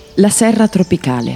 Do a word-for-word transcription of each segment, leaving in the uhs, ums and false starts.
La serra tropicale.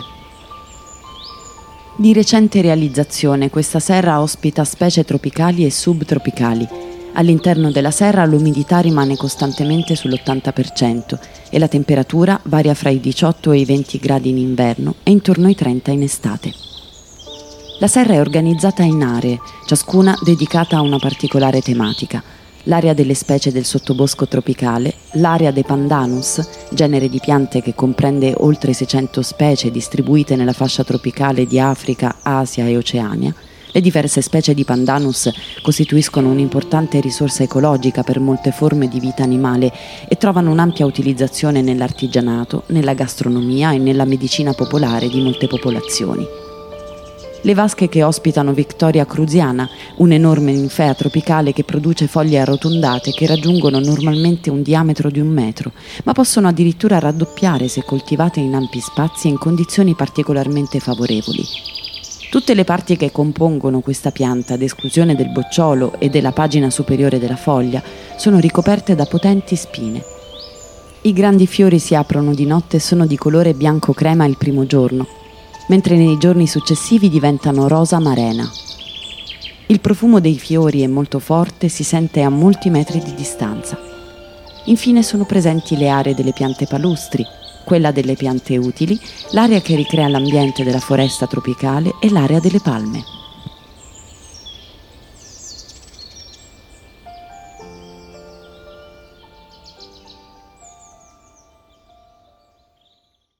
Di recente realizzazione, questa serra ospita specie tropicali e subtropicali. All'interno della serra l'umidità rimane costantemente sull'ottanta per cento e la temperatura varia fra i diciotto e i venti gradi in inverno e intorno ai trenta in estate. La serra è organizzata in aree, ciascuna dedicata a una particolare tematica. L'area delle specie del sottobosco tropicale, l'area dei pandanus, genere di piante che comprende oltre seicento specie distribuite nella fascia tropicale di Africa, Asia e Oceania. Le diverse specie di pandanus costituiscono un'importante risorsa ecologica per molte forme di vita animale e trovano un'ampia utilizzazione nell'artigianato, nella gastronomia e nella medicina popolare di molte popolazioni. Le vasche che ospitano Victoria cruziana, un'enorme ninfea tropicale che produce foglie arrotondate che raggiungono normalmente un diametro di un metro, ma possono addirittura raddoppiare se coltivate in ampi spazi e in condizioni particolarmente favorevoli. Tutte le parti che compongono questa pianta, ad esclusione del bocciolo e della pagina superiore della foglia, sono ricoperte da potenti spine. I grandi fiori si aprono di notte e sono di colore bianco-crema il primo giorno, mentre nei giorni successivi diventano rosa marena. Il profumo dei fiori è molto forte e si sente a molti metri di distanza. Infine sono presenti le aree delle piante palustri, quella delle piante utili, l'area che ricrea l'ambiente della foresta tropicale e l'area delle palme.